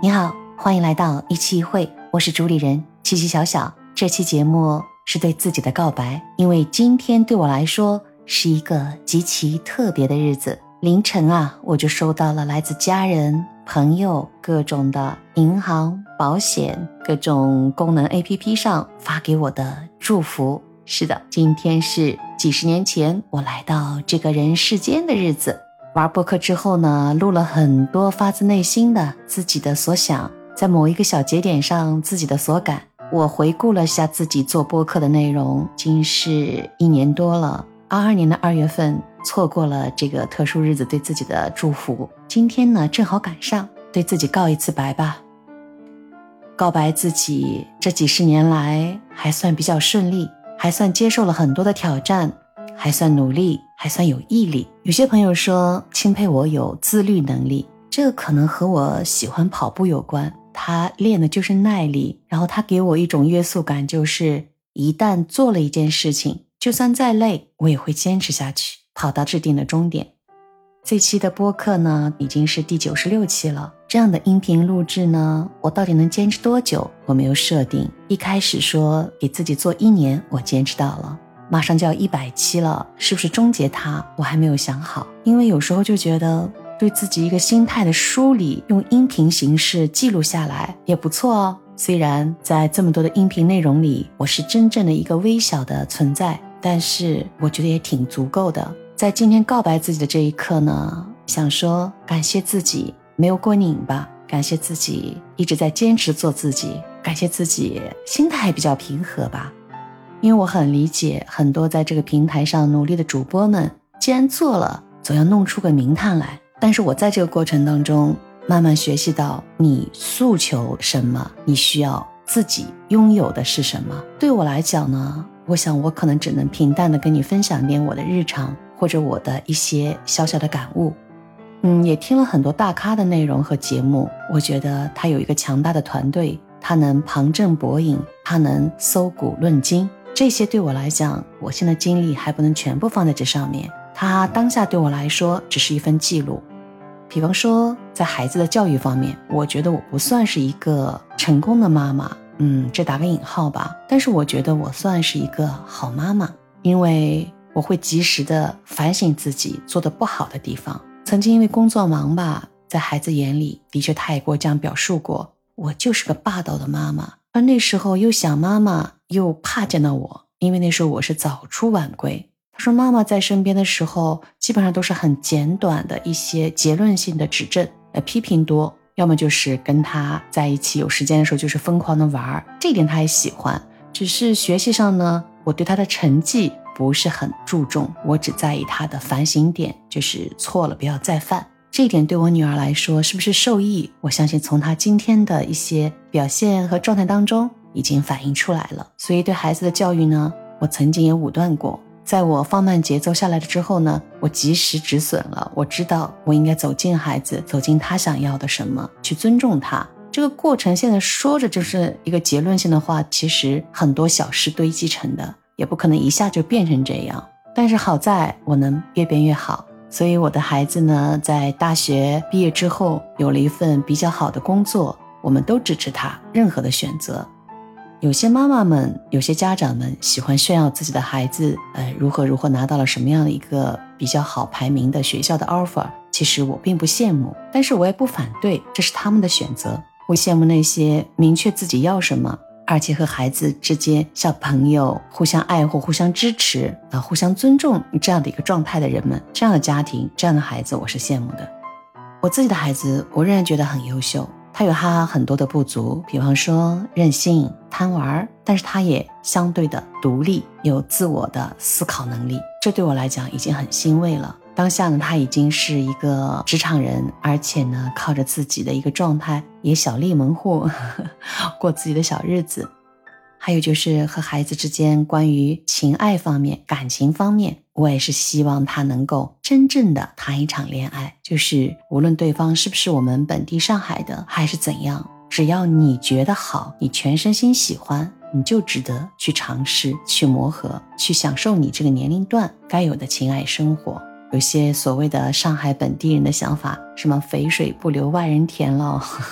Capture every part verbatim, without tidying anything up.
你好，欢迎来到一期一会，我是主理人七七小小。这期节目是对自己的告白，因为今天对我来说是一个极其特别的日子。凌晨啊，我就收到了来自家人、朋友各种的银行、保险、各种功能 A P P 上发给我的祝福。是的，今天是几十年前我来到这个人世间的日子。玩播客之后呢，录了很多发自内心的自己的所想，在某一个小节点上自己的所感。我回顾了下自己做播客的内容，已经是一年多了。二二年的二月份错过了这个特殊日子对自己的祝福，今天呢正好赶上，对自己告一次白吧。告白自己这几十年来还算比较顺利，还算接受了很多的挑战，还算努力，还算有毅力。有些朋友说钦佩我有自律能力，这个可能和我喜欢跑步有关，他练的就是耐力，然后他给我一种约束感，就是一旦做了一件事情，就算再累我也会坚持下去，跑到制定的终点。这期的播客呢已经是第九十六期了，这样的音频录制呢，我到底能坚持多久我没有设定。一开始说给自己做一年，我坚持到了，马上就要一百期了，是不是终结它我还没有想好。因为有时候就觉得对自己一个心态的梳理，用音频形式记录下来也不错哦。虽然在这么多的音频内容里我是真正的一个微小的存在，但是我觉得也挺足够的。在今天告白自己的这一刻呢，想说感谢自己没有过拧吧，感谢自己一直在坚持做自己，感谢自己心态比较平和吧。因为我很理解很多在这个平台上努力的主播们，既然做了总要弄出个名堂来，但是我在这个过程当中慢慢学习到，你诉求什么，你需要自己拥有的是什么。对我来讲呢，我想我可能只能平淡的跟你分享点我的日常，或者我的一些小小的感悟。嗯，也听了很多大咖的内容和节目，我觉得他有一个强大的团队，他能旁征博引，他能搜古论今，这些对我来讲，我现在精力还不能全部放在这上面，它当下对我来说只是一份记录。比方说在孩子的教育方面，我觉得我不算是一个成功的妈妈，嗯，这打个引号吧，但是我觉得我算是一个好妈妈，因为我会及时的反省自己做的不好的地方。曾经因为工作忙吧，在孩子眼里的确他也给我这样表述过，我就是个霸道的妈妈，而那时候又想妈妈又怕见到我，因为那时候我是早出晚归。他说妈妈在身边的时候基本上都是很简短的一些结论性的指正，呃，批评多，要么就是跟他在一起有时间的时候就是疯狂的玩，这一点他也喜欢。只是学习上呢，我对他的成绩不是很注重，我只在意他的反省点，就是错了不要再犯。这一点对我女儿来说是不是受益，我相信从她今天的一些表现和状态当中已经反映出来了。所以对孩子的教育呢，我曾经也武断过，在我放慢节奏下来了之后呢，我及时止损了，我知道我应该走进孩子，走进他想要的什么，去尊重他。这个过程现在说着就是一个结论性的话，其实很多小事堆积成的，也不可能一下就变成这样。但是好在我能越变越好，所以我的孩子呢，在大学毕业之后有了一份比较好的工作，我们都支持他任何的选择。有些妈妈们，有些家长们喜欢炫耀自己的孩子呃，如何如何拿到了什么样的一个比较好排名的学校的 offer， 其实我并不羡慕，但是我也不反对，这是他们的选择。我羡慕那些明确自己要什么，而且和孩子之间像朋友互相爱护、互相支持、呃、互相尊重这样的一个状态的人们，这样的家庭，这样的孩子我是羡慕的。我自己的孩子我仍然觉得很优秀，他有他很多的不足，比方说任性、贪玩，但是他也相对的独立，有自我的思考能力，这对我来讲已经很欣慰了。当下呢，他已经是一个职场人，而且呢，靠着自己的一个状态，也小立门户，呵呵过自己的小日子。还有就是和孩子之间关于情爱方面、感情方面，我也是希望他能够真正的谈一场恋爱，就是无论对方是不是我们本地上海的还是怎样，只要你觉得好，你全身心喜欢，你就值得去尝试、去磨合、去享受你这个年龄段该有的情爱生活。有些所谓的上海本地人的想法，什么肥水不流外人田了，呵呵，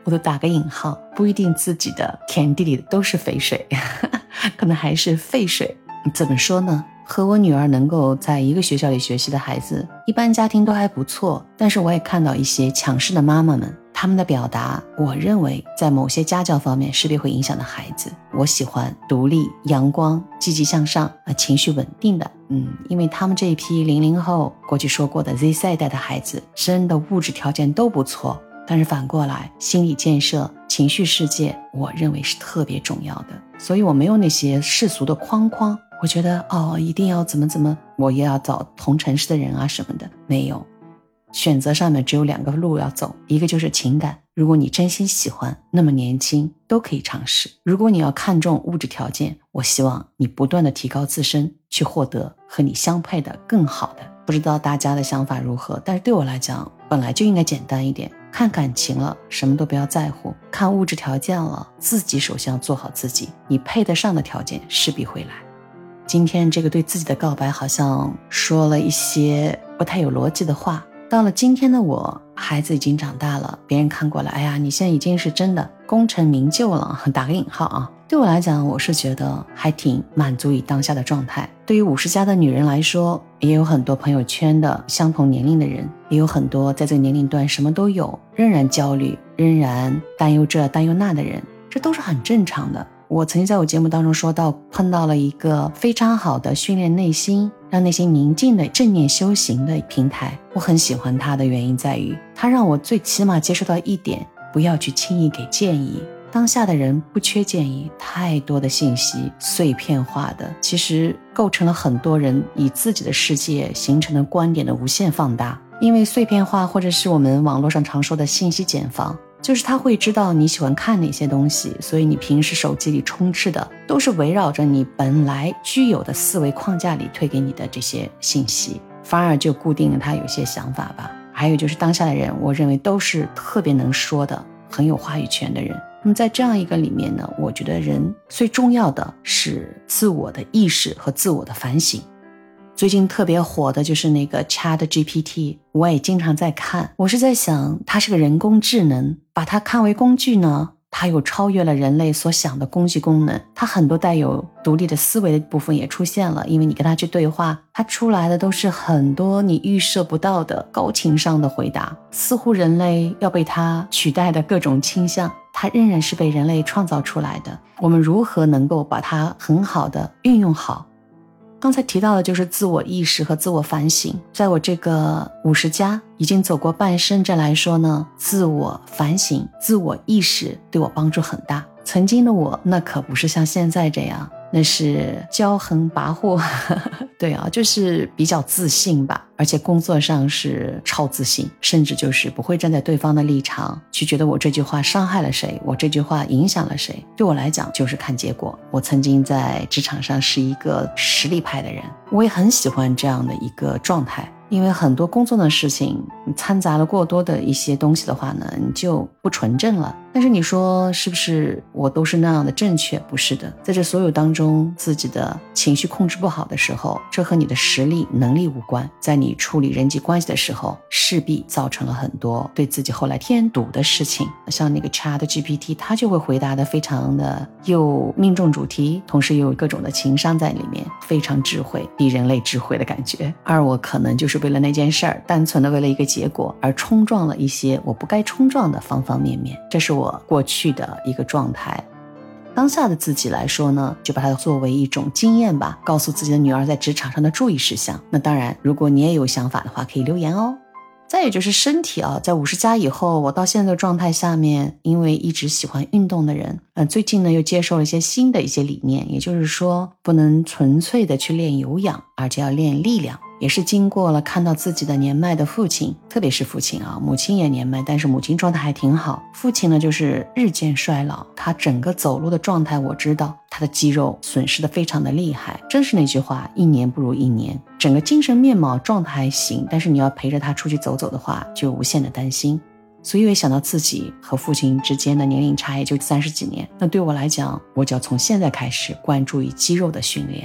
我都打个引号，不一定自己的田地里都是肥水可能还是废水。怎么说呢，和我女儿能够在一个学校里学习的孩子，一般家庭都还不错，但是我也看到一些强势的妈妈们，他们的表达我认为在某些家教方面势必会影响到孩子。我喜欢独立、阳光、积极向上、呃、情绪稳定的嗯，因为他们这一批零零后过去说过的 Z 世代的孩子真的物质条件都不错，但是反过来心理建设、情绪世界我认为是特别重要的。所以我没有那些世俗的框框，我觉得哦一定要怎么怎么，我也要找同城市的人啊什么的，没有。选择上面只有两个路要走，一个就是情感，如果你真心喜欢，那么年轻都可以尝试。如果你要看重物质条件，我希望你不断的提高自身，去获得和你相配的更好的。不知道大家的想法如何，但是对我来讲本来就应该简单一点，看感情了什么都不要在乎，看物质条件了自己首先要做好自己，你配得上的条件势必会来。今天这个对自己的告白好像说了一些不太有逻辑的话，到了今天的我，孩子已经长大了，别人看过来，哎呀你现在已经是真的功成名就了，打个引号啊。对我来讲，我是觉得还挺满足于当下的状态。对于五十加的女人来说，也有很多朋友圈的相同年龄的人，也有很多在这个年龄段什么都有，仍然焦虑，仍然担忧这担忧那的人，这都是很正常的。我曾经在我节目当中说到，碰到了一个非常好的训练内心，让内心宁静的正念修行的平台。我很喜欢它的原因在于，它让我最起码接受到一点，不要去轻易给建议。当下的人不缺建议，太多的信息碎片化的，其实构成了很多人以自己的世界形成的观点的无限放大。因为碎片化，或者是我们网络上常说的信息茧房，就是他会知道你喜欢看哪些东西，所以你平时手机里充斥的都是围绕着你本来具有的思维框架里推给你的这些信息，反而就固定了他有些想法吧。还有就是当下的人，我认为都是特别能说的，很有话语权的人。那么在这样一个里面呢，我觉得人最重要的是自我的意识和自我的反省。最近特别火的就是那个 Chat G P T， 我也经常在看。我是在想，它是个人工智能，把它看为工具呢，它又超越了人类所想的工具功能，它很多带有独立的思维的部分也出现了。因为你跟它去对话，它出来的都是很多你预设不到的高情商的回答，似乎人类要被它取代的各种倾向，它仍然是被人类创造出来的。我们如何能够把它很好的运用好？刚才提到的就是自我意识和自我反省。在我这个五十加已经走过半生这来说呢，自我反省、自我意识对我帮助很大。曾经的我那可不是像现在这样，那是骄横跋扈对啊，就是比较自信吧，而且工作上是超自信，甚至就是不会站在对方的立场去觉得我这句话伤害了谁，我这句话影响了谁。对我来讲就是看结果。我曾经在职场上是一个实力派的人，我也很喜欢这样的一个状态。因为很多工作的事情你掺杂了过多的一些东西的话呢，你就不纯正了。但是你说是不是我都是那样的正确？不是的，在这所有当中，自己的情绪控制不好的时候，这和你的实力能力无关。在你处理人际关系的时候，势必造成了很多对自己后来添堵的事情。像那个 Chat G P T， 它就会回答的非常的又命中主题，同时又有各种的情商在里面，非常智慧，比人类智慧的感觉。而我可能就是为了那件事儿，单纯的为了一个结果而冲撞了一些我不该冲撞的方方面面，这是我过去的一个状态。当下的自己来说呢，就把它作为一种经验吧，告诉自己的女儿在职场上的注意事项。那当然如果你也有想法的话可以留言哦。再也就是身体啊，在五十加以后，我到现在的状态下面，因为一直喜欢运动的人，呃，最近呢又接受了一些新的一些理念，也就是说不能纯粹的去练有氧，而且要练力量。也是经过了看到自己的年迈的父亲，特别是父亲啊，母亲也年迈，但是母亲状态还挺好，父亲呢就是日渐衰老，他整个走路的状态我知道他的肌肉损失的非常的厉害，真是那句话，一年不如一年。整个精神面貌状态还行，但是你要陪着他出去走走的话，就无限的担心。所以我也想到自己和父亲之间的年龄差也就三十几年，那对我来讲，我就要从现在开始关注于肌肉的训练。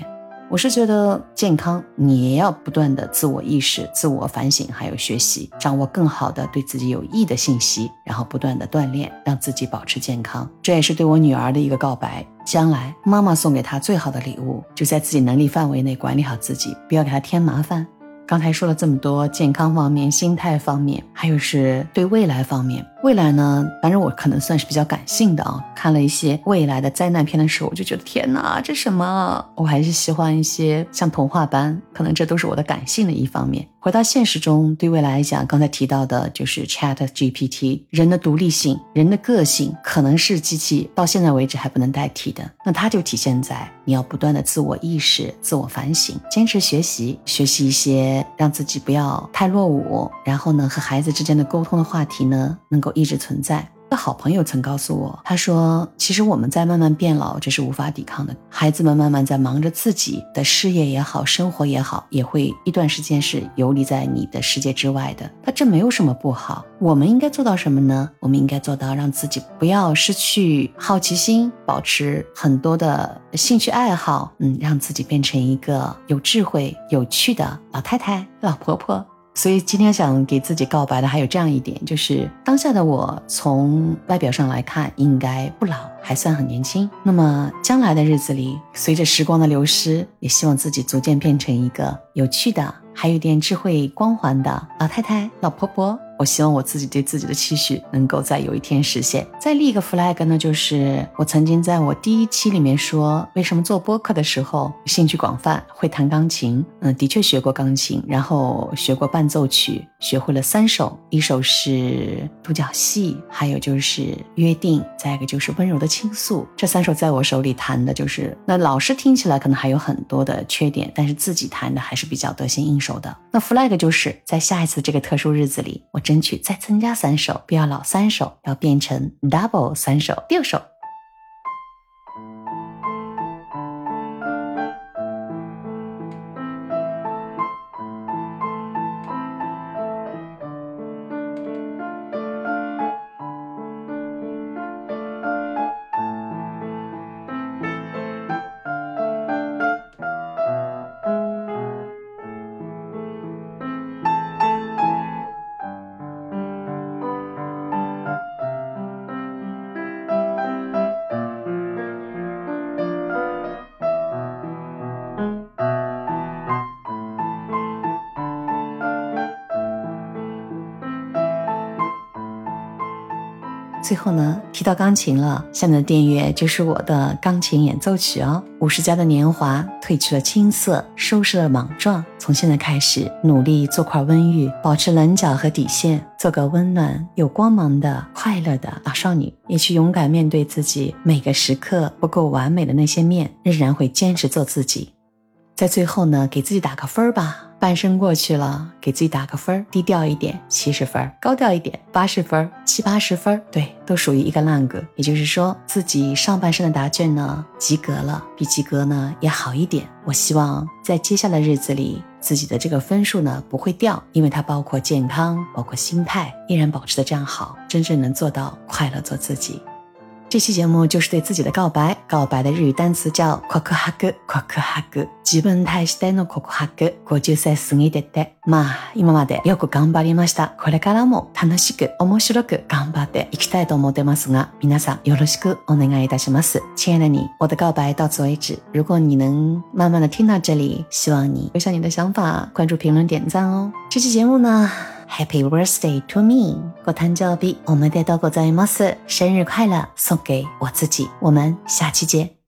我是觉得健康你也要不断的自我意识、自我反省还有学习，掌握更好的对自己有益的信息，然后不断的锻炼，让自己保持健康。这也是对我女儿的一个告白，将来妈妈送给她最好的礼物，就在自己能力范围内管理好自己，不要给她添麻烦。刚才说了这么多健康方面、心态方面，还有是对未来方面。未来呢，当然我可能算是比较感性的啊，看了一些未来的灾难片的时候，我就觉得天哪，这什么？我还是喜欢一些像童话般，可能这都是我的感性的一方面。回到现实中，对未来来讲，刚才提到的就是 Chat G P T， 人的独立性、人的个性，可能是机器到现在为止还不能代替的。那它就体现在你要不断的自我意识、自我反省，坚持学习，学习一些让自己不要太落伍，然后呢，和孩子之间的沟通的话题呢，能够一直存在。个好朋友曾告诉我，他说其实我们在慢慢变老，这是无法抵抗的。孩子们慢慢在忙着自己的事业也好，生活也好，也会一段时间是游离在你的世界之外的，他这没有什么不好。我们应该做到什么呢？我们应该做到让自己不要失去好奇心，保持很多的兴趣爱好，嗯，让自己变成一个有智慧有趣的老太太老婆婆。所以今天想给自己告白的还有这样一点，就是当下的我从外表上来看应该不老，还算很年轻。那么将来的日子里，随着时光的流失，也希望自己逐渐变成一个有趣的还有点智慧光环的老太太老婆婆。我希望我自己对自己的期许能够在有一天实现。再立一个 flag 呢，就是我曾经在我第一期里面说，为什么做播客的时候兴趣广泛，会弹钢琴。嗯，的确学过钢琴，然后学过伴奏曲，学会了三首，一首是独角戏，还有就是约定，再一个就是温柔的倾诉。这三首在我手里弹的就是，那老师听起来可能还有很多的缺点，但是自己弹的还是比较得心应手的。那 flag 就是在下一次这个特殊日子里，我争取再增加三首，不要老三首，要变成 double 三首，六首。最后呢，提到钢琴了，下面的电乐就是我的钢琴演奏曲哦。五十加的年华，褪去了青涩，收拾了莽撞。从现在开始，努力做块温玉，保持棱角和底线，做个温暖、有光芒的、快乐的老少女，也去勇敢面对自己每个时刻不够完美的那些面，仍然会坚持做自己。在最后呢，给自己打个分吧。半生过去了，给自己打个分，低调一点七十分，高调一点八十分，七八十分，对，都属于一个烂格。也就是说，自己上半身的答卷呢及格了，比及格呢也好一点。我希望在接下来的日子里，自己的这个分数呢不会掉，因为它包括健康，包括心态，依然保持的这样好，真正能做到快乐做自己。这期节目就是对自己的告白，告白的日语单詞叫告白、告白。自分に対しての告白、ごじゅっさい過ぎてて、まあ今までよく頑張りました。これからも楽しく面白く頑張っていきたいと思ってますが、皆さんよろしくお願いいたします。亲爱的你，我的告白到此为止。如果你能慢慢的听到这里，希望你留下你的想法，关注、评论、点赞哦。这期节目呢，Happy birthday to me！ ご誕生日おめでとうございます！生日快乐，送给我自己。我们下期见。